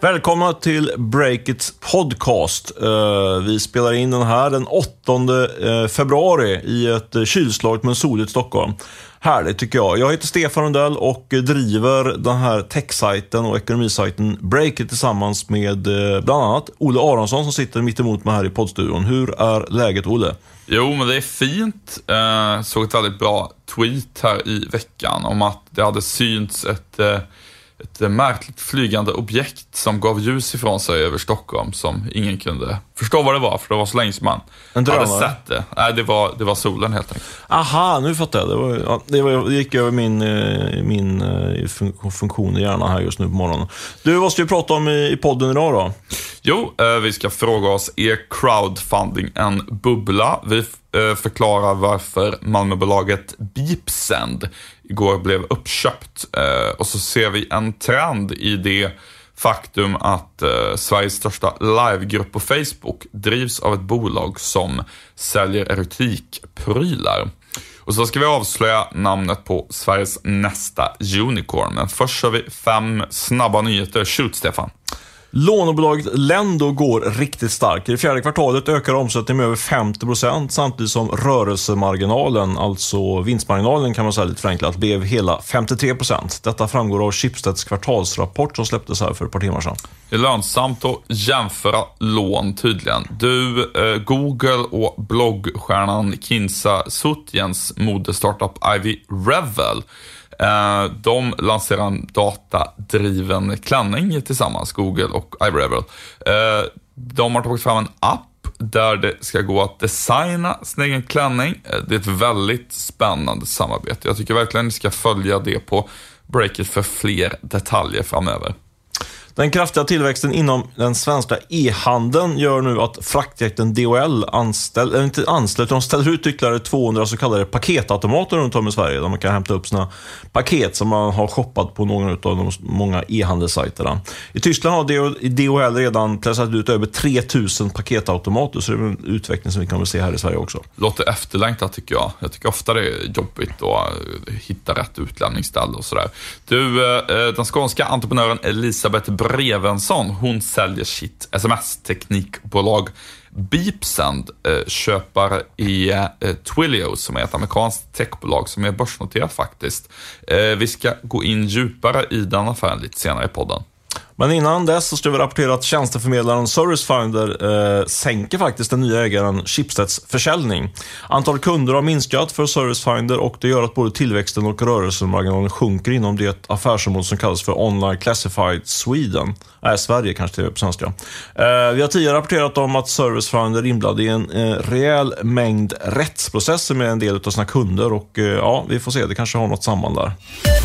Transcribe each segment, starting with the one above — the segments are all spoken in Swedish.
Välkomna till Breakits podcast. Vi spelar in den här den 8 februari i ett kylslaget men soligt Stockholm. Härligt tycker jag. Jag heter Stefan Rundell och driver den här tech-sajten och ekonomisajten Breakit tillsammans med bland annat Olle Aronsson som sitter mitt emot mig här i poddstudion. Hur är läget, Olle? Jo, men det är fint. Såg ett väldigt bra tweet här i veckan om att det hade synts ett märkligt flygande objekt som gav ljus ifrån sig över Stockholm som ingen kunde förstå vad det var, för det var så länge som man hade sett det. Nej, det var solen helt enkelt. Aha, nu fattar jag. Det gick över min funktion i hjärnan här just nu på morgonen. Du måste ju prata om i podden idag då. Jo, vi ska fråga oss, är crowdfunding en bubbla? Vi förklarar varför Malmöbolaget Beepsend igår blev uppköpt. Och så ser vi en trend i det faktum att Sveriges största livegrupp på Facebook drivs av ett bolag som säljer erotikprylar. Och så ska vi avslöja namnet på Sveriges nästa unicorn. Men först så har vi 5 snabba nyheter. Shoot, Stefan. Lånebolaget Lendo går riktigt starkt. I det fjärde kvartalet ökar omsättningen med över 50% samtidigt som rörelsemarginalen, alltså vinstmarginalen kan man säga lite förenklat, blev hela 53%. Detta framgår av Schibsteds kvartalsrapport som släpptes här för ett par timmar sedan. Det är lönsamt att jämföra lån tydligen. Du, Google och bloggstjärnan Kinsa Sutjens modestartup Ivy Revel, de lanserar en datadriven klänning tillsammans, Google och iRevel. De har tagit fram en app där det ska gå att designa sin egen klänning. Det är ett väldigt spännande samarbete. Jag tycker verkligen ni ska följa det på Breakit för fler detaljer framöver. Den kraftiga tillväxten inom den svenska e-handeln gör nu att fraktjätten DHL ställer ut ytterligare 200 så kallade paketautomater runt om i Sverige där man kan hämta upp sina paket som man har shoppat på någon av de många e-handelssajterna. I Tyskland har DHL redan pressat ut över 3000 paketautomater, så det är en utveckling som vi kan se här i Sverige också. Låter efterlängtat tycker jag. Jag tycker ofta det är jobbigt att hitta rätt utlämningsställe och sådär. Du, den skånska entreprenören Elisabeth Brevensson, hon säljer sitt sms-teknikbolag Beepsend, köpare i Twilio som är ett amerikanskt techbolag som är börsnoterat faktiskt. Vi ska gå in djupare i den affären lite senare i podden. Men innan dess så ska vi rapportera att tjänsteförmedlaren Servicefinder sänker faktiskt den nya ägaren Schibsteds försäljning. Antalet kunder har minskat för Servicefinder och det gör att både tillväxten och rörelsemarginalen sjunker inom det affärsområde som kallas för Online Classified Sweden. Sverige kanske det är på svenska. Vi har tidigare rapporterat om att Servicefinder är inblandad i en rejäl mängd rättsprocesser med en del av sina kunder och ja, vi får se, det kanske har något samband där.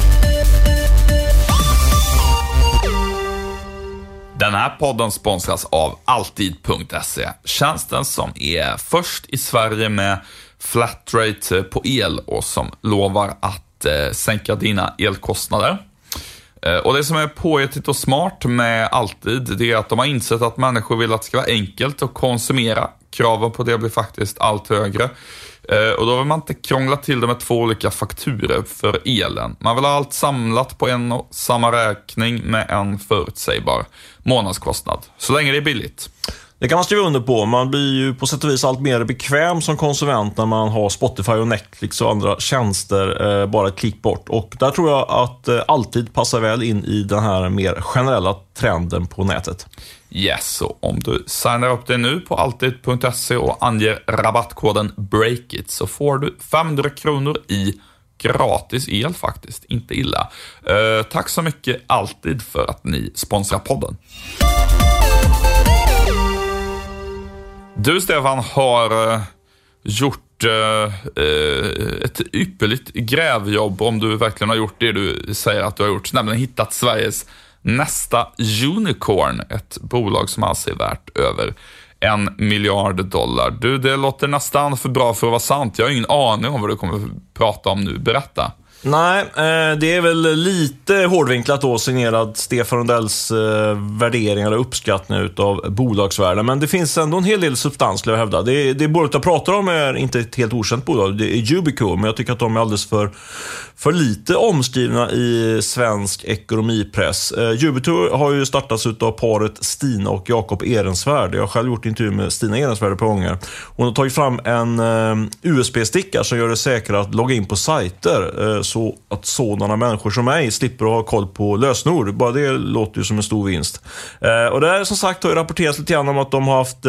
Den här podden sponsras av Altid.se, tjänsten som är först i Sverige med flatrate på el och som lovar att sänka dina elkostnader. Och det som är påhittigt och smart med Altid, det är att de har insett att människor vill att det ska vara enkelt att konsumera. Kraven på det blir faktiskt allt högre. Och då vill man inte krångla till det med 2 olika fakturer för elen. Man vill ha allt samlat på en och samma räkning med en förutsägbar månadskostnad. Så länge det är billigt. Det kan man skriva under på. Man blir ju på sätt och vis allt mer bekväm som konsument när man har Spotify och Netflix och andra tjänster bara ett klick bort. Och där tror jag att Altid passar väl in i den här mer generella trenden på nätet. Yes, så om du signar upp dig nu på Altid.se och anger rabattkoden BREAKIT så får du 500 kronor i gratis el faktiskt. Inte illa. Tack så mycket Altid för att ni sponsrar podden. Du, Stefan, har gjort ett ypperligt grävjobb, om du verkligen har gjort det du säger att du har gjort, nämligen hittat Sveriges nästa unicorn, ett bolag som alltså är värt över $1 miljard. Du, det låter nästan för bra för att vara sant. Jag har ingen aning om vad du kommer att prata om nu. Berätta. Nej, det är väl lite hårdvinklat då, signerad Stefan Rundells värderingar och uppskattning utav bolagsvärden. Men det finns ändå en hel del substans, skulle jag hävda. Det bolaget jag pratar om är inte ett helt okänt bolag. Det är Yubico, men jag tycker att de är alldeles för lite omskrivna i svensk ekonomipress. Yubico har ju startats utav paret Stina och Jakob Ehrensvärd. Jag har själv gjort intervju med Stina Ehrensvärd ett par gånger. Hon har tagit fram en USB-sticka som gör det säkrare att logga in på sajter, så att sådana människor som mig slipper att ha koll på lösenord. Bara det låter ju som en stor vinst. Och det här, som sagt, har ju rapporterats lite grann om att de har haft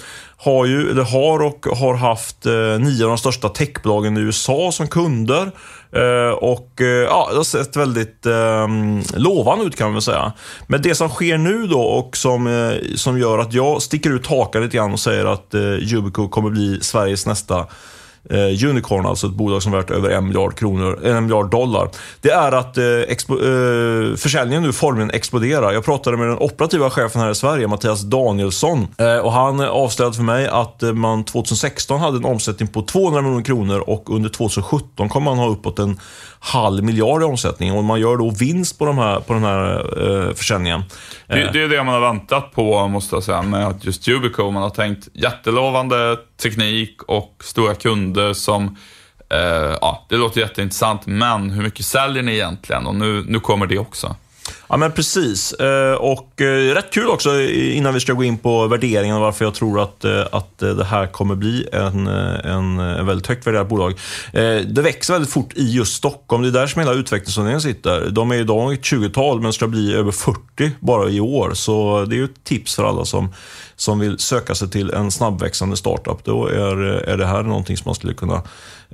har haft 9 av de största techbolagen i USA som kunder. Det har sett väldigt lovande ut, kan man väl säga. Men det som sker nu då, och som gör att jag sticker ut hakan lite grann och säger att Yubico kommer bli Sveriges nästa unicorn, alltså ett bolag som är värt över 1 miljard dollar. Det är att försäljningen nu formligen exploderar. Jag pratade med den operativa chefen här i Sverige, Mattias Danielsson, och han avslöjade för mig att man 2016 hade en omsättning på 200 miljoner kronor och under 2017 kommer man ha uppåt 500 miljoner i omsättning, och man gör då vinst på den här försäljningen. Det är det man har väntat på, måste jag säga, med att just Yubico. Man har tänkt jättelovande teknik och stora kunder som det låter jätteintressant, men hur mycket säljer ni egentligen? Och nu kommer det också. Ja, men precis. Och rätt kul också, innan vi ska gå in på värderingen och varför jag tror att det här kommer bli en väldigt högt värderat bolag. Det växer väldigt fort i just Stockholm. Det är där som hela utvecklingsavdelningen sitter. De är idag ett 20-tal, men ska bli över 40 bara i år. Så det är ju ett tips för alla som vill söka sig till en snabbväxande startup. Då är det här någonting som man skulle kunna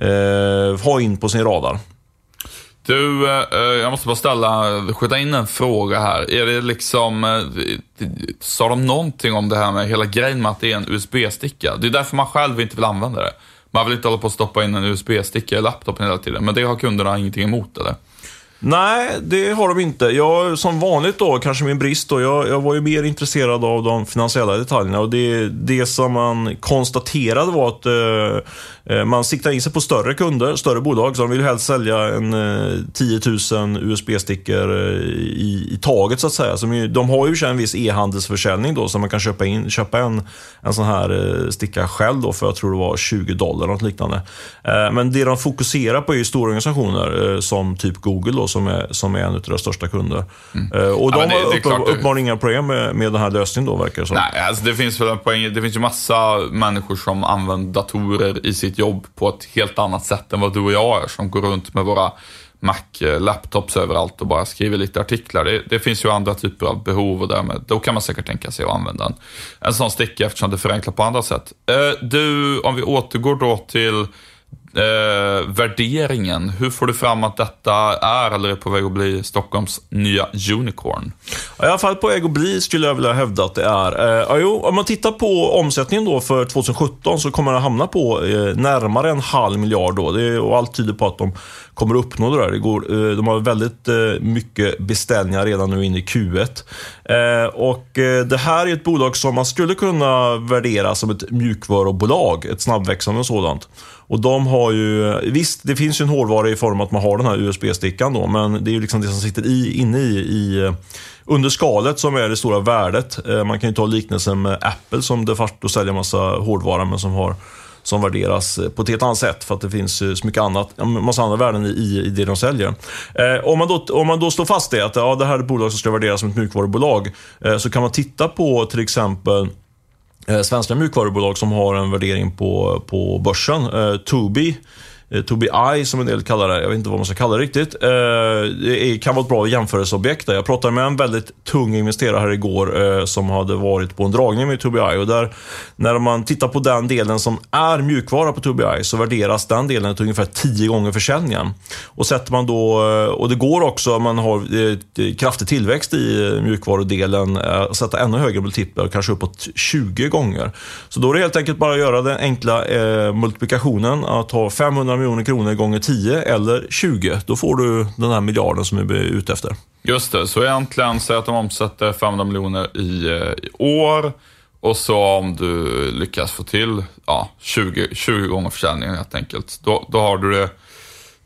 ha in på sin radar. Du, jag måste bara skjuta in en fråga här. Är det liksom, sa de någonting om det här med hela grejen med att det är en USB-sticka? Det är därför man själv inte vill använda det. Man vill inte hålla på att stoppa in en USB-sticka i laptopen hela tiden. Men det har kunderna ingenting emot, eller? Nej, det har de inte. Jag, som vanligt då, kanske min brist då, jag var ju mer intresserad av de finansiella detaljerna, och det som man konstaterade var att man siktar in sig på större kunder, större bolag, så de vill helst sälja en 10 000 USB-stickor i taget, så att säga. De har ju en viss e-handelsförsäljning då, så man kan köpa en sån här sticka själv då för, jag tror det var $20 något liknande. Men det de fokuserar på är ju stora organisationer som typ Google då, som är en av deras största kunder. Och de har uppenbarligen inga problem med den här lösningen då, verkar det som. Nej, alltså det finns väl en poäng. Det finns ju massa människor som använder datorer i sitt jobb på ett helt annat sätt än vad du och jag är, som går runt med våra Mac-laptops överallt och bara skriver lite artiklar. Det finns ju andra typer av behov, och därmed, då kan man säkert tänka sig att använda en sån sticka, eftersom det förenklar på andra sätt. Du, om vi återgår då till värderingen. Hur får du fram att detta är eller är på väg att bli Stockholms nya unicorn? I alla fall på väg att bli, skulle jag vilja hävda att det är. Om man tittar på omsättningen då för 2017, så kommer den hamna på närmare 500 miljoner då. Och allt tyder på att de kommer att uppnå det där. De har väldigt mycket beställningar redan nu in i Q1. Och det här är ett bolag som man skulle kunna värdera som ett mjukvarubolag, ett snabbväxande och sådant. Och de har ju, visst, det finns ju en hårdvara i form att man har den här USB-stickan då, men det är ju liksom det som sitter inne i under skalet som är det stora värdet. Man kan ju ta liknelsen med Apple, som de facto säljer massa hårdvara, men som värderas på ett helt annat sätt, för att det finns så mycket annat, en massa andra värden i det de säljer. Om man då står fast i att det här är ett bolag som ska värderas som ett mjukvarubolag, så kan man titta på till exempel svenska mjukvarubolag som har en värdering på börsen. Tobii, som en del kallar det. Jag vet inte vad man ska kalla det riktigt. Det kan vara ett bra jämförelseobjekt där. Jag pratade med en väldigt tung investerare här igår som hade varit på en dragning med Tobii, och där, när man tittar på den delen som är mjukvara på Tobii, så värderas den delen till ungefär 10 gånger försäljningen. Och sätter man då, och det går också, man har kraftig tillväxt i mjukvarudelen, sätta ännu högre multiplar, kanske uppåt 20 gånger. Så då är det helt enkelt bara att göra den enkla multiplikationen, att ha 500 miljoner kronor gånger 10 eller 20. Då får du den här miljarden som vi är ute efter. Just det, så egentligen säg att de omsätter 500 miljoner i år, och så om du lyckas få till 20 gånger försäljningen helt enkelt, då har du det.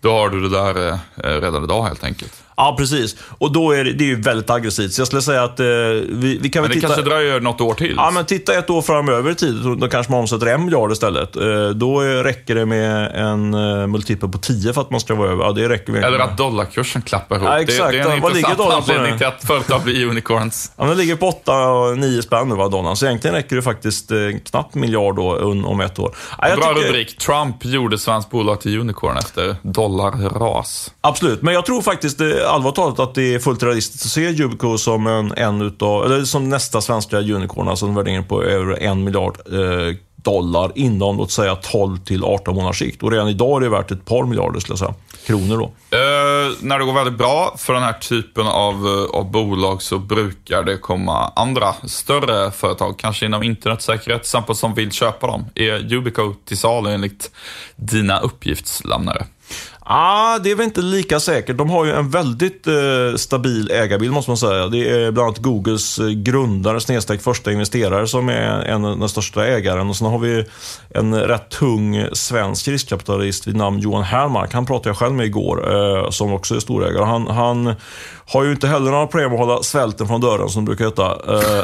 Då har du det där redan idag helt enkelt. Ja, precis. Och då är det är ju väldigt aggressivt. Så jag skulle säga att vi kan väl titta... Men det kanske dröjer något år till. Ja, men titta ett år framöver i tid. Då kanske man omsätter 1 miljard istället. Då räcker det med en multipel på 10 för att man ska vara över. Ja, det räcker med. Eller att dollarkursen klappar ihop. Ja, exakt. Det är en intressant anledning till att företag blir unicorns. Ja, men det ligger på 8-9 spänn nu, dollarn. Så egentligen räcker det faktiskt knappt miljard då, om ett år. Ja, bra rubrik. Trump gjorde svensk bolag till unicorn efter dollarras. Absolut, men jag tror faktiskt allvarligt talat att det är fullt realistiskt att se Yubico som eller som nästa svenska unicorn, alltså en värdering på över 1 miljard dollar inom, låt säga 12 till 18 månaders sikt. Och redan idag är det värt ett par miljarder, skulle jag säga, kronor då. När det går väldigt bra för den här typen av bolag så brukar det komma andra större företag, kanske inom internetsäkerhet till exempel, som vill köpa dem. Är Yubico till salu enligt dina uppgiftslämnare? Det är väl inte lika säkert. De har ju en väldigt stabil ägarbild, måste man säga. Det är bland annat Googles grundare / första investerare som är den största ägaren. Och sen har vi en rätt tung svensk riskkapitalist vid namn Johan Hermark. Han pratade jag själv med igår, som också är storägare. Han har ju inte heller några problem att hålla svälten från dörren, som det brukar heta.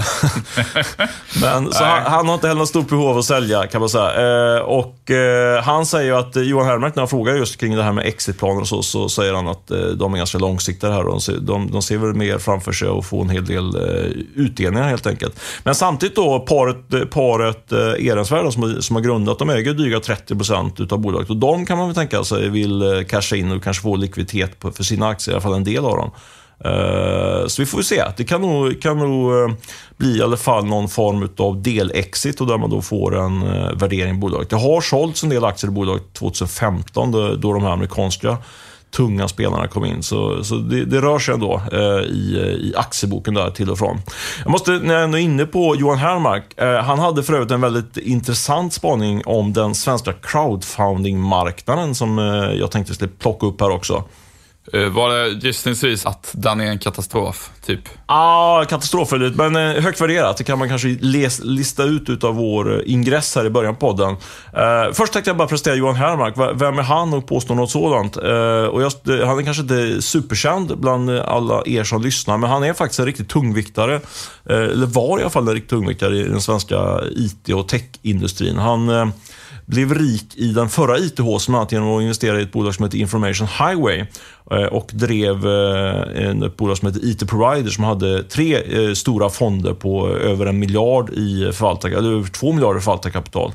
Men så han har inte heller något stort behov av att sälja, kan man säga. Och han säger att Johan Hermark, när han frågar just kring det här med exitplaner och så säger han att de är ganska långsiktiga här. De ser väl mer framför sig och få en hel del utdelningar helt enkelt. Men samtidigt då, paret Ehrensvärd som har grundat, de äger dryga 30% av bolaget. Och de kan man väl tänka sig vill casha in och kanske få likviditet för sina aktier, i alla fall en del av dem. Så vi får se. Det kan nog bli i alla fall någon form av delexit och där man då får en värdering i bolaget. Det har sålts en del aktier i bolaget 2015 då de här amerikanska tunga spelarna kom in. Så det rör sig ändå i aktieboken där till och från. Jag måste, när jag är inne på Johan Hermark, han hade för övrigt en väldigt intressant spaning om den svenska crowdfunding-marknaden som jag tänkte skulle plocka upp här också. Var det gissningsvis att den är en katastrof, typ? Katastrof är det, men högt värderat. Det kan man kanske lista ut av vår ingress här i början på podden. Först tänkte jag bara presentera Johan Hermark. Vem är han och påstår något sådant? Och han är kanske inte superkänd bland alla er som lyssnar, men han är faktiskt en riktigt tungviktare. Eller var i alla fall en riktigt tungviktare i den svenska IT- och tech-industrin. Han blev rik i den förra ITH genom att investera i ett bolag som heter Information Highway och drev ett bolag som heter IT Provider som hade 3 stora fonder på över 1 miljard i eller över 2 miljarder i förvaltarkapital.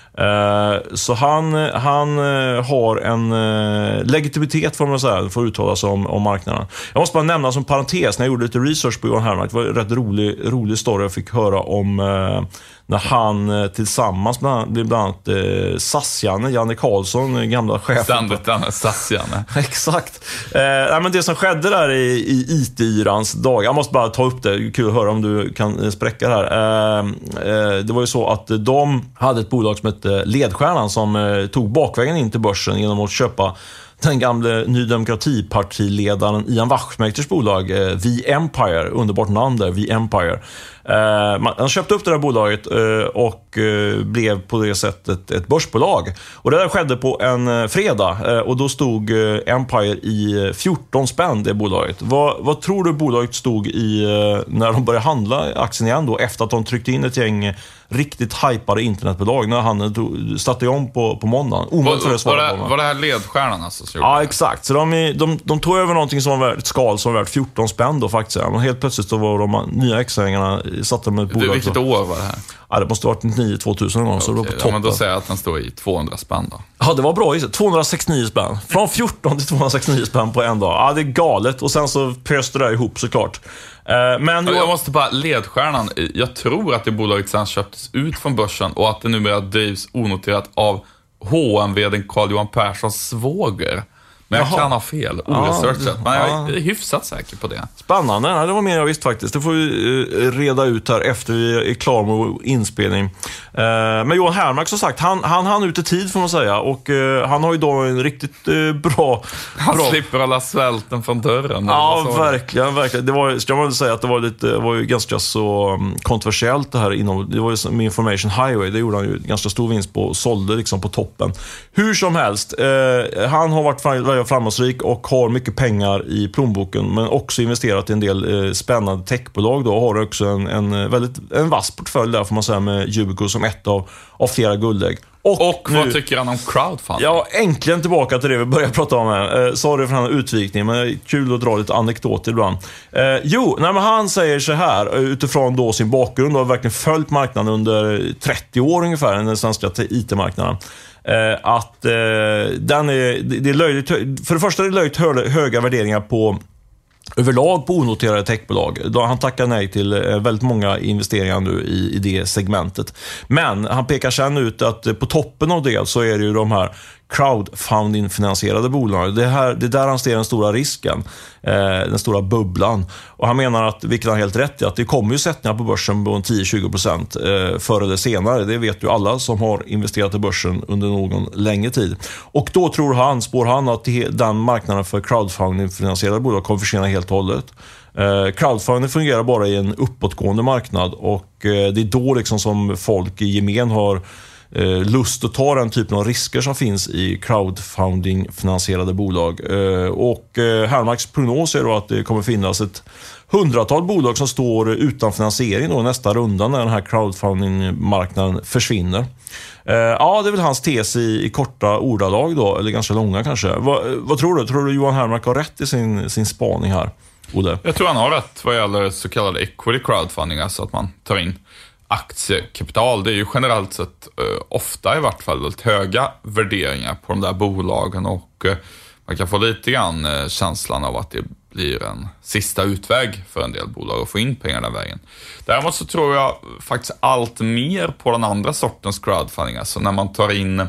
Så han har en legitimitet, får man säga, för att uttala sig om marknaden. Jag måste bara nämna som parentes, när jag gjorde lite research på Johan Hermark, det var en rätt rolig story jag fick höra om när han tillsammans med bland annat Janne Karlsson, gamla chefen. Standard SAS-Janne. Exakt. Men det som skedde där i IT-yrans dag, jag måste bara ta upp det, kul att höra om du kan spräcka det här. Det var ju så att de hade ett bolag som hette Ledstjärnan som tog bakvägen in till börsen genom att köpa den gamla Ny Demokrati-partiledaren Ian Wachtmeisters bolag V-Empire, underbart namn där, V-Empire. Han köpte upp det där bolaget och blev på det sättet ett börsbolag. Och det där skedde på en fredag och då stod Empire i 14 spänn, det bolaget. Vad tror du bolaget stod i när de började handla aktien igen då, efter att de tryckte in ett gäng riktigt hypade internetbolag när han satte om på måndagen? Var det här Ledstjärnan alltså? Ja, exakt. Så de tog över någonting som var värt, ett skal som var värt 14 spänn då faktiskt. Men helt plötsligt så var de nya exägarna satte med ett bolag. Vilket år var det här? Ja, det måste ha varit 9-2000 någon gång. Okay. Så det var på toppen. Ja, men då säger jag att den står i 200 spänn då. Ja, det var bra. 269 spänn. Från 14 till 269 spänn på en dag. Ja, det är galet. Och sen så pöste det ihop såklart. Men jag måste bara, Ledstjärnan, jag tror att det bolaget sen köptes ut från börsen och att det numera drivs onoterat av HM-vd:n Carl-Johan Perssons svåger. Men jag kan ha fel, oresearchat. Men jag är hyfsat säker på det. Spännande, det var mer jag visst faktiskt. Det får vi reda ut här efter vi är klar med inspelning. Men Johan Hermark, som sagt, han ut i tid får man säga. Och han har ju då en riktigt bra... Han slipper alla svälten från dörren. Ja, verkligen. Det var, ska man väl säga att det var ju ganska så kontroversiellt det här inom... Det var ju med Information Highway, det gjorde han ju ganska stor vinst på och sålde liksom på toppen. Hur som helst, han har varit säga framgångsrik och har mycket pengar i plånboken, men också investerat i en del spännande techbolag då, och har också en vass portfölj där får man säga, med Yubico som ett av flera guldägg. Och vad tycker han om crowdfunding? Ja, äntligen tillbaka till det vi började prata om här. Sorry för den här utvikningen, men det är kul att dra lite anekdoter ibland. Men han säger så här, utifrån då sin bakgrund, och har verkligen följt marknaden under 30 år ungefär, den svenska IT-marknaden. Att det är löjligt, för det första är det löjligt höga värderingar på överlag på onoterade techbolag. Han tackar nej till väldigt många investeringar nu i det segmentet. Men han pekar sen ut att på toppen av det så är det ju de här crowdfunding-finansierade bolagen. Det är där han ser den stora risken, den stora bubblan. Och han menar att, vilket han helt rätt i, att det kommer ju sättningar på börsen på 10-20% förr eller senare. Det vet ju alla som har investerat i börsen under någon längre tid. Och då spår han att den marknaden för crowdfunding-finansierade bolag kommer försvinna helt och hållet. Crowdfunding fungerar bara i en uppåtgående marknad, och det är då liksom som folk i gemen har lust att ta den typen av risker som finns i crowdfunding-finansierade bolag. Och Hermarks prognos är då att det kommer finnas ett 100-tal bolag som står utan finansiering då nästa runda när den här crowdfunding-marknaden försvinner. Ja, det är väl hans tes i korta ordalag då, eller ganska långa kanske. Vad tror du? Tror du Johan Hermark har rätt i sin spaning här, Olle? Jag tror han har rätt vad gäller så kallad equity crowdfunding, alltså att man tar in aktiekapital. Det är ju generellt sett ofta i vart fall väldigt höga värderingar på de där bolagen, och man kan få lite grann känslan av att det blir en sista utväg för en del bolag att få in pengar den vägen. Däremot så tror jag faktiskt allt mer på den andra sortens crowdfunding, alltså när man tar in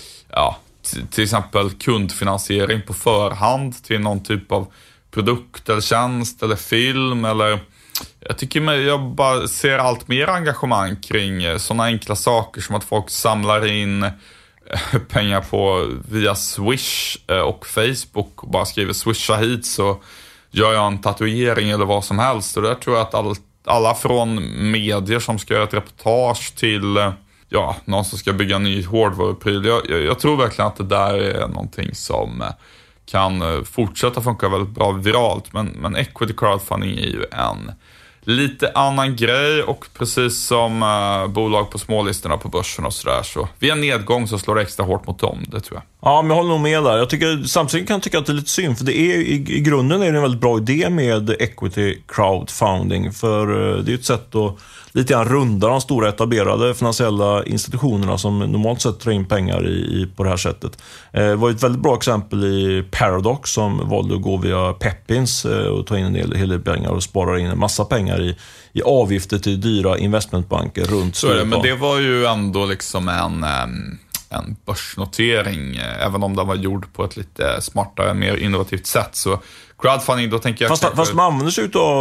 till exempel kundfinansiering på förhand till någon typ av produkt eller tjänst eller film, eller jag bara ser allt mer engagemang kring sådana enkla saker som att folk samlar in pengar via Swish och Facebook och bara skriver swisha hit så gör jag en tatuering eller vad som helst. Och där tror jag att alla från medier som ska göra ett reportage till någon som ska bygga en ny hårdvarupryl. Jag tror verkligen att det där är någonting som kan fortsätta funka väldigt bra viralt, men equity crowdfunding är ju en lite annan grej, och precis som bolag på smålistorna på börsen och sådär, så vid en nedgång så slår det extra hårt mot dem, det tror jag. Ja, men jag håller nog med där. Samtidigt kan jag tycka att det är lite synd, för det är i grunden är det en väldigt bra idé med equity crowdfunding, för det är ett sätt att lite grann runda de stora etablerade finansiella institutionerna som normalt sett drar in pengar på det här sättet. Det var ett väldigt bra exempel i Paradox som valde att gå via Pepins och ta in en hel del pengar och spara in en massa pengar i avgifter till dyra investmentbanker runt. Så är det, men det var ju ändå liksom en börsnotering, även om den var gjord på ett lite smartare, mer innovativt sätt. Så crowdfunding, då tänker jag... Fast man använder sig av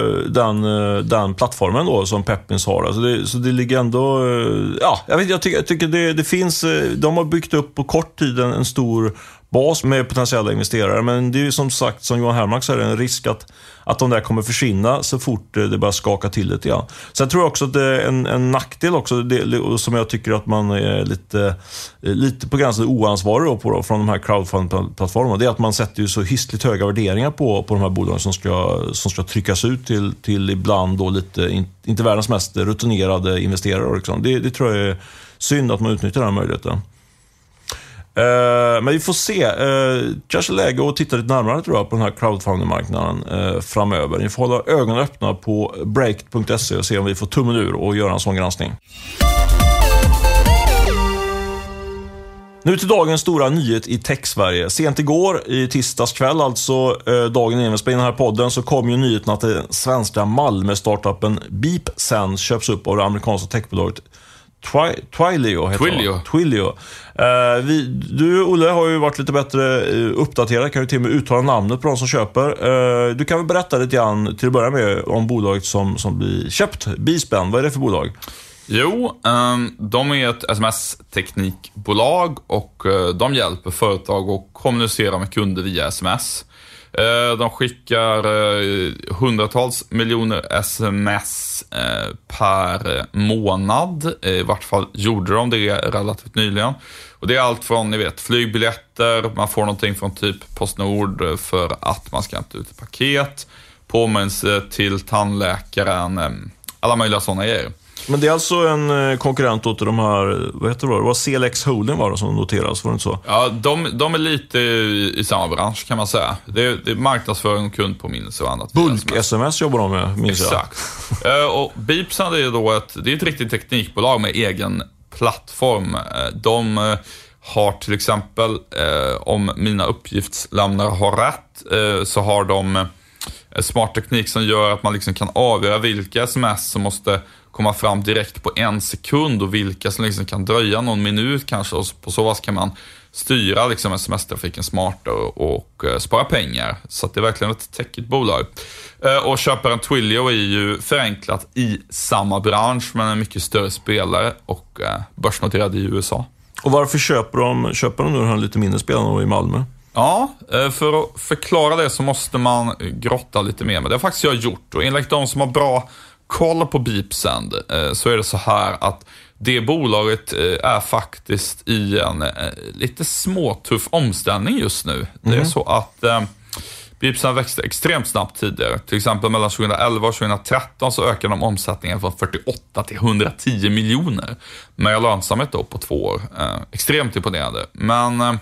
den plattformen då som Pepins har. Alltså så det ligger ändå... Jag tycker det finns... De har byggt upp på kort tid en stor bas med potentiella investerare, men det är ju som sagt, som Johan Hermark säger, en risk att de där kommer försvinna så fort det bara skaka till lite grann. Sen tror jag också att det är en nackdel också, som jag tycker att man är lite på gränsen oansvarig på från de här crowdfunding-plattformarna. Det är att man sätter ju så hystligt höga värderingar på de här bolagen som ska tryckas ut till ibland då lite, inte världens mest rutinerade investerare. Liksom. Det tror jag är synd att man utnyttjar den här möjligheten. Men vi får se. Kanske läge att titta lite närmare, tror jag, på den här crowdfunding-marknaden framöver. Ni får hålla ögonen öppna på break.se och se om vi får tummen ur och göra en sån granskning. Nu till dagens stora nyhet i Tech-Sverige. Sent igår, i tisdagskväll, alltså dagen innan vi spelade in den här podden, så kom ju nyheten att den svenska Malmö-startupen BeepSense köps upp av det amerikanska techbolaget Twilio. Du, Olle, har ju varit lite bättre uppdaterad, kan ju till och med uttala namnet på de som köper. Du kan väl berätta lite grann till att börja med om bolaget som blir köpt, BeepSense. Vad är det för bolag? Jo, de är ett sms-teknikbolag och de hjälper företag att kommunicera med kunder via sms. De skickar hundratals miljoner sms per månad. I vart fall gjorde de det relativt nyligen. Och det är allt från, ni vet, flygbiljetter, man får någonting från typ Postnord för att man ska hämta ut ett paket, påminnelse till tandläkaren, alla möjliga sådana grejer. Men det är alltså en konkurrent till de här, vad heter det? Det var CLX Holding var det som noteras, var det inte så? Ja, de är lite i samma bransch kan man säga. Det är marknadsföring och kundpåminnelse och annat. Bulk-SMS jobbar de med, minns jag. Exakt. Och Beepsend är då ett riktigt teknikbolag med egen plattform. De har till exempel, om mina uppgiftslämnare har rätt, så har de smart teknik som gör att man liksom kan avgöra vilka sms som måste komma fram direkt på 1 sekund och vilka som liksom kan dröja någon minut kanske, och på så vis kan man styra liksom sms-trafiken smartare och spara pengar. Så att det är verkligen ett techigt bolag. Och köparen Twilio är ju förenklat i samma bransch men en mycket större spelare och börsnoterad i USA. Och varför köper de nu den här lite mindre spelarna i Malmö? Ja, för att förklara det så måste man grotta lite mer. Men det har faktiskt jag gjort, och enligt de som har bra koll på Beepsend så är det så här att det bolaget är faktiskt i en lite småtuff omställning just nu. Det är så att Beepsend växte extremt snabbt tidigare. Till exempel mellan 2011 och 2013 så ökade de omsättningen från 48 till 110 miljoner med lönsamhet då på 2 år. Extremt imponerande. Men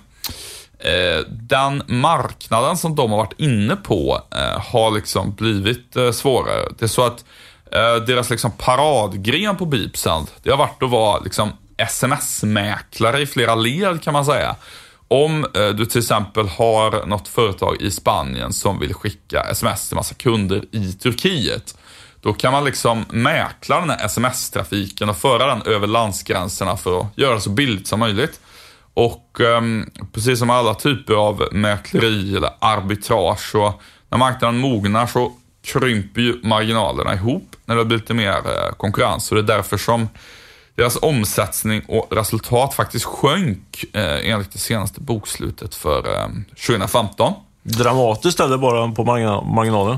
den marknaden som de har varit inne på har liksom blivit svårare. Det är så att deras liksom paradgren på Beepsend, det har varit att vara liksom sms-mäklare i flera led kan man säga. Om du till exempel har något företag i Spanien som vill skicka sms till massa kunder i Turkiet, då kan man liksom mäkla den här sms-trafiken och föra den över landsgränserna för att göra det så billigt som möjligt. Och precis som alla typer av mäkleri eller arbitrage, så när marknaden mognar så krymper ju marginalerna ihop när det blir lite mer konkurrens. Och det är därför som deras omsättning och resultat faktiskt sjönk enligt det senaste bokslutet för 2015. Dramatiskt eller bara på marginalen?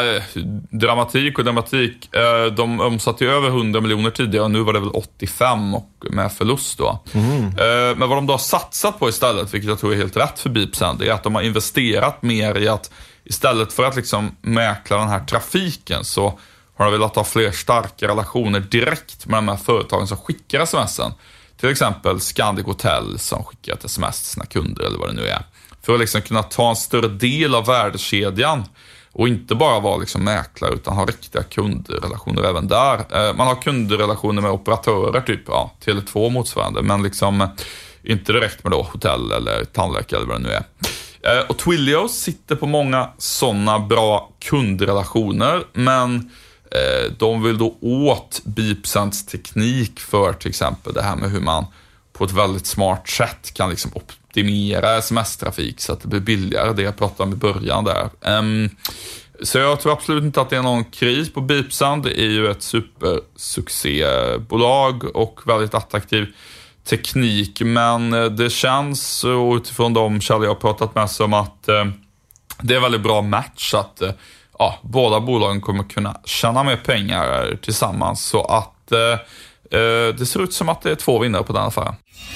Dramatik. De omsatte ju över 100 miljoner tidigare och nu var det väl 85 och med förlust då. Men vad de då har satsat på istället, vilket jag tror är helt rätt för Beepsend, är att de har investerat mer i att istället för att liksom mäkla den här trafiken så har de velat ha fler starka relationer direkt med de här företagen som skickar sms'en. Till exempel Scandic Hotel som skickar ett sms till sina kunder eller vad det nu är. För att liksom kunna ta en större del av värdekedjan och inte bara vara liksom mäklare utan ha riktiga kundrelationer även där. Man har kundrelationer med operatörer typ, Tele2 motsvarande, men liksom inte direkt med då hotell eller tandläkare eller vad det nu är. Och Twilio sitter på många sådana bra kundrelationer, men de vill då åt Beepsends teknik för till exempel det här med hur man på ett väldigt smart sätt kan liksom optimera sms-trafik så att det blir billigare, det jag pratade om i början där. Så jag tror absolut inte att det är någon kris på Beepsend. Det är ju ett supersuccébolag och väldigt attraktiv teknik, men det känns utifrån de källor jag har pratat med som att det är väldigt bra match, att båda bolagen kommer kunna tjäna mer pengar tillsammans, så att det ser ut som att det är 2 vinnare på den affären.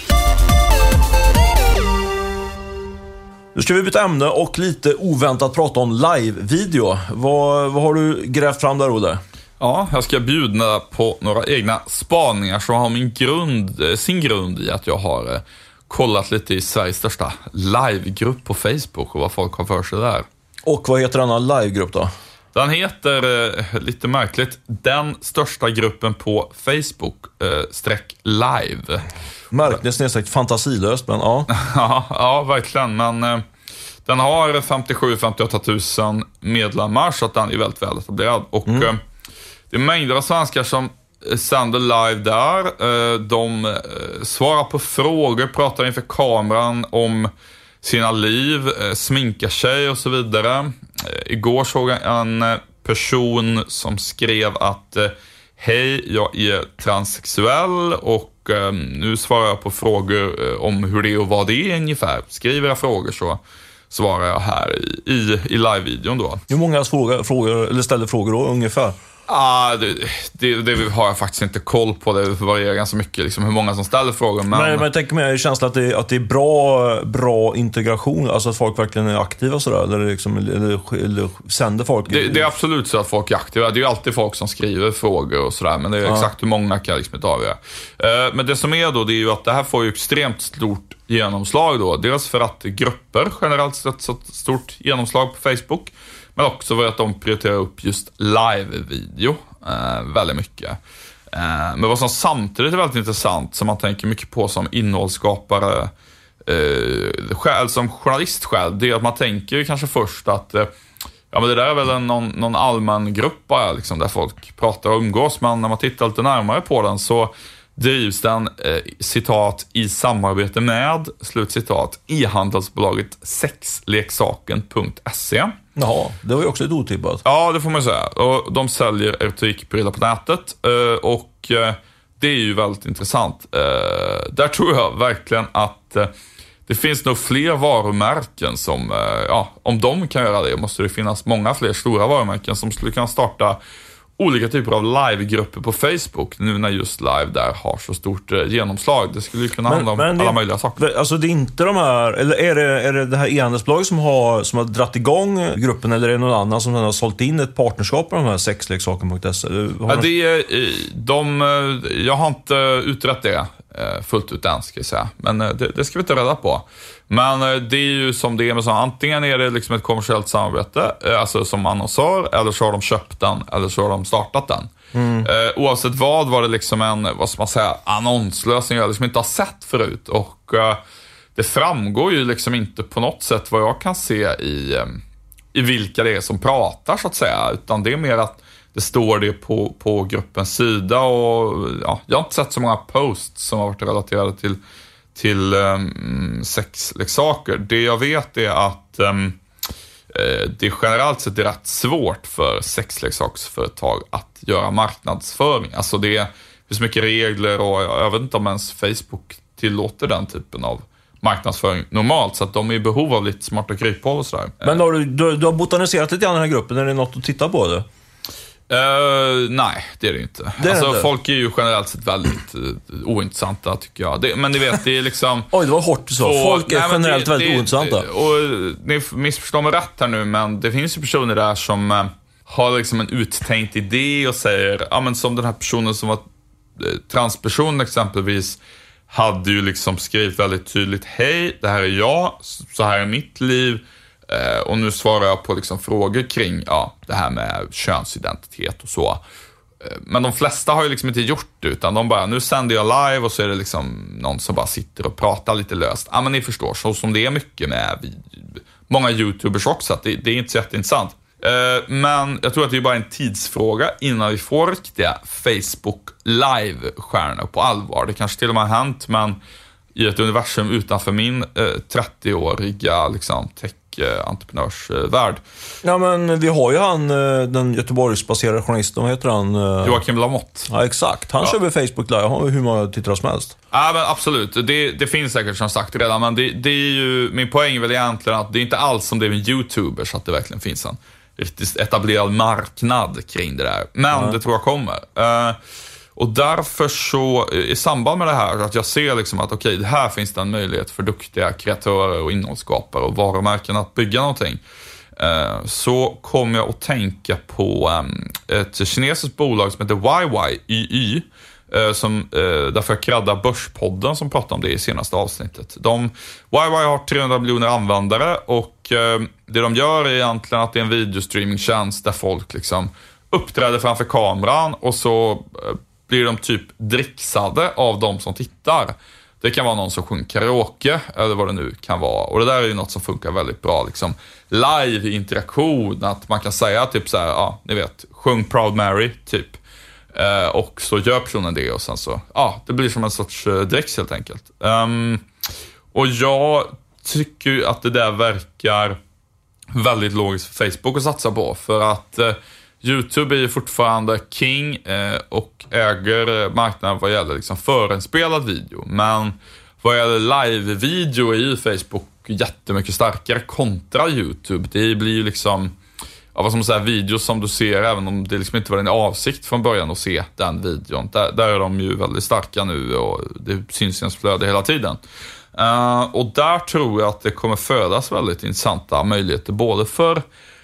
Nu ska vi byta ämne och lite oväntat prata om live-video. Vad har du grävt fram där, Olle? Ja, jag ska bjuda på några egna spaningar som har sin grund i att jag har kollat lite i Sveriges största livegrupp på Facebook och vad folk har för sig där. Och vad heter denna livegrupp då? Den heter, lite märkligt, den största gruppen på Facebook, /live. Märkligt fantasilöst, men ja. Ja, verkligen, men den har 57-58 000 medlemmar, så att den är väldigt väl etablerad. Och det är mängder av svenskar som sänder live där. De svarar på frågor, pratar inför kameran om sina liv, sminkar sig och så vidare. Igår såg jag en person som skrev att hej, jag är transsexuell och nu svarar jag på frågor om hur det är och vad det är ungefär. Skriver jag frågor svarar jag här i live-videon då. Hur många ställer frågor då ungefär? Det har jag faktiskt inte koll på. Det varierar ganska mycket liksom, hur många som ställer frågor. Men jag tänker mig känslan att det är bra integration, alltså att folk verkligen är aktiva sådär, eller sänder folk. Det är absolut så att folk är aktiva. Det är ju alltid folk som skriver frågor och sådär, men det är exakt hur många kan jag liksom inte avgöra. Men det som är då, det är ju att det här får ju extremt stort genomslag då. Dels för att grupper generellt sett så stort genomslag på Facebook, men också för att de prioriterar upp just live-video väldigt mycket. Men vad som samtidigt är väldigt intressant, som man tänker mycket på som innehållsskapare som journalist själv, det är att man tänker ju kanske först att men det där är väl någon allmän grupp bara, liksom, där folk pratar och umgås, men när man tittar lite närmare på den så drivs den, citat, i samarbete med, slutcitat, e-handelsbolaget sexleksaken.se. Jaha, det var ju också ett otippat. Ja, det får man säga. Och de säljer erotikprylar på nätet, och det är ju väldigt intressant. Där tror jag verkligen att det finns nog fler varumärken som, om de kan göra det, måste det finnas många fler stora varumärken som skulle kunna starta olika typer av live-grupper på Facebook, nu när just live där har så stort genomslag. Det skulle ju kunna handla om alla möjliga saker. Alltså det är inte de här, eller är det här e-handelsbolaget som har dratt igång gruppen, eller är det någon annan som har sålt in ett partnerskap på de här sexleksaken.se? Jag har inte utrett det fullt ut än, ska jag säga. Men det ska vi ta reda på. Men det är ju som det är med så, antingen är det liksom ett kommersiellt samarbete, alltså som annonsör, eller så har de köpt den, eller så har de startat den. Oavsett vad var det liksom en, vad ska man säga, annonslösning jag liksom inte har sett förut. Och det framgår ju liksom inte på något sätt vad jag kan se i vilka det är som pratar, så att säga. Utan det är mer att det står det på gruppens sida, och jag har inte sett så många posts som har varit relaterade till sexleksaker. Det jag vet är att det generellt sett är rätt svårt för sexleksaksföretag att göra marknadsföring. Alltså det finns mycket regler, och jag vet inte om ens Facebook tillåter den typen av marknadsföring normalt, så att de är i behov av lite smarta kryphål och sådär. Men du har botaniserat lite grann i den här gruppen, är det något att titta på det? Nej, det är det inte. Alltså, folk är ju generellt sett väldigt ointressanta, tycker jag. Men ni vet, det är liksom... Oj, det var hårt så. Folk är generellt väldigt ointressanta. Och ni missförstår mig rätt här nu, men det finns ju personer där som har liksom en uttänkt idé och säger, men som den här personen som var transperson exempelvis, hade ju liksom skrivit väldigt tydligt: hej, det här är jag, så här är mitt liv. Och nu svarar jag på liksom frågor kring det här med könsidentitet och så. Men de flesta har ju liksom inte gjort det, utan de bara, nu sänder jag live, och så är det liksom någon som bara sitter och pratar lite löst. Men ni förstår, så som det är mycket med många YouTubers också, att det är inte så jätteintressant. Men jag tror att det är bara en tidsfråga innan vi får riktiga Facebook live-stjärnor på allvar. Det kanske till och med har hänt, men i ett universum utanför min 30-åriga liksom tech-entreprenörsvärld. Ja, men vi har ju den Göteborgsbaserade journalisten, vad heter han? Joakim Lamotte. Ja, exakt. Han kör väl Facebook live, har hur många tittare som helst. Ja, men absolut. Det finns säkert som sagt redan, men det är ju, min poäng är väl egentligen att det är inte alls som det är med YouTubers, så att det verkligen finns en riktigt etablerad marknad kring det där. Men det tror jag kommer. Och därför så, i samband med det här, att jag ser liksom att okej, det här finns det en möjlighet för duktiga kreatörer och innehållsskapare och varumärken att bygga någonting. Så kom jag att tänka på ett kinesiskt bolag som heter YY, som därför jag kraddar Börspodden som pratade om det i senaste avsnittet. YY har 300 miljoner användare, och det de gör är egentligen att det är en videostreamingtjänst där folk liksom uppträder framför kameran, och så blir de typ dricksade av de som tittar. Det kan vara någon som sjunger karaoke, eller vad det nu kan vara. Och det där är ju något som funkar väldigt bra. Liksom live-interaktion, att man kan säga typ så här, ni vet, sjung Proud Mary, typ. Och så gör personen det, och sen så, det blir som en sorts dricks helt enkelt. Och jag tycker ju att det där verkar väldigt logiskt för Facebook att satsa på, för att YouTube är ju fortfarande king och äger marknaden vad gäller liksom förinspelad video. Men vad gäller live-video är ju Facebook jättemycket starkare kontra YouTube. Det blir ju liksom, vad ska man säga, videos som du ser, även om det liksom inte var din avsikt från början att se den videon. Där är de ju väldigt starka nu och det syns i ens flöde hela tiden. Och där tror jag att det kommer födas väldigt intressanta möjligheter både för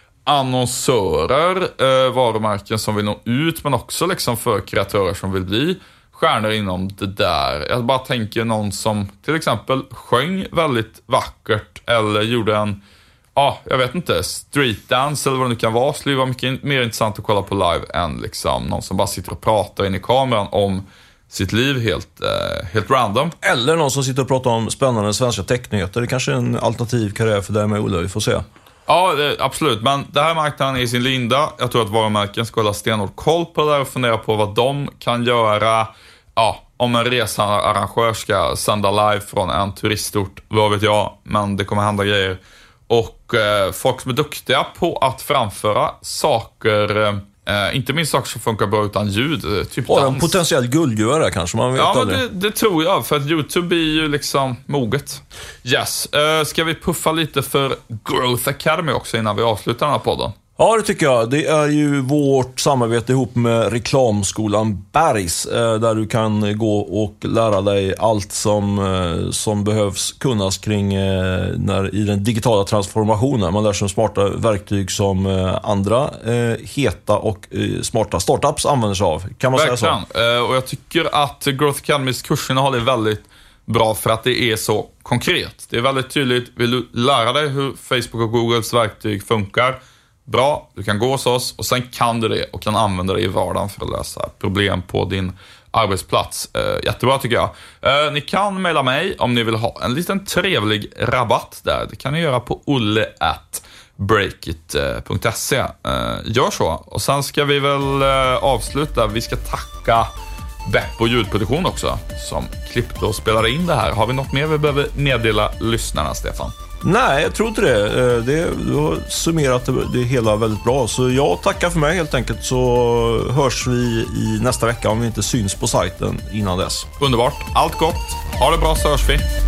annonsörer, varumärken som vill nå ut, men också liksom för kreatörer som vill bli stjärnor inom det där. Jag bara tänker någon som till exempel sjöng väldigt vackert eller gjorde en, jag vet inte, streetdance eller vad det nu kan vara. Skulle vara mycket mer intressant att kolla på live än liksom någon som bara sitter och pratar in i kameran om sitt liv helt random. Eller någon som sitter och pratar om spännande svenska technyheter. Det kanske är en alternativ karriär för dig med Ola, vi får se. Ja, absolut. Men det här marknaden är i sin linda. Jag tror att varumärken ska hålla stenhårt koll på det där och fundera på vad de kan göra. Ja, om en researrangör ska sända live från en turistort, vad vet jag. Men det kommer hända grejer. Och folk som är duktiga på att framföra saker, inte minst saker som funkar bra utan ljud, typ dans. En potentiell guldgruva där kanske, man vet aldrig. Ja, men det tror jag, för att YouTube är ju liksom moget. Yes, ska vi puffa lite för Growth Academy också innan vi avslutar den här podden? Ja, det tycker jag. Det är ju vårt samarbete ihop med reklamskolan Bergs, där du kan gå och lära dig allt som behövs kunnas kring i den digitala transformationen. Man lär sig smarta verktyg som andra heta och smarta startups använder sig av. Kan man säga så? Och jag tycker att Growth Academys kursinnehåll är väldigt bra för att det är så konkret. Det är väldigt tydligt. Vill du lära dig hur Facebook och Googles verktyg funkar? Bra, du kan gå hos oss och sen kan du det och kan använda det i vardagen för att lösa problem på din arbetsplats. Jättebra tycker jag. Ni kan mejla mig om ni vill ha en liten trevlig rabatt där. Det kan ni göra på olle@breakit.se. Gör så. Och sen ska vi väl avsluta. Vi ska tacka Beppo ljudproduktion också, som klippte och spelade in det här. Har vi något mer vi behöver meddela lyssnarna, Stefan? Nej, jag tror inte det. Du har summerat det hela väldigt bra. Så jag tackar för mig helt enkelt, så hörs vi i nästa vecka om vi inte syns på sajten innan dess. Underbart. Allt gott. Ha det bra, så hörs vi.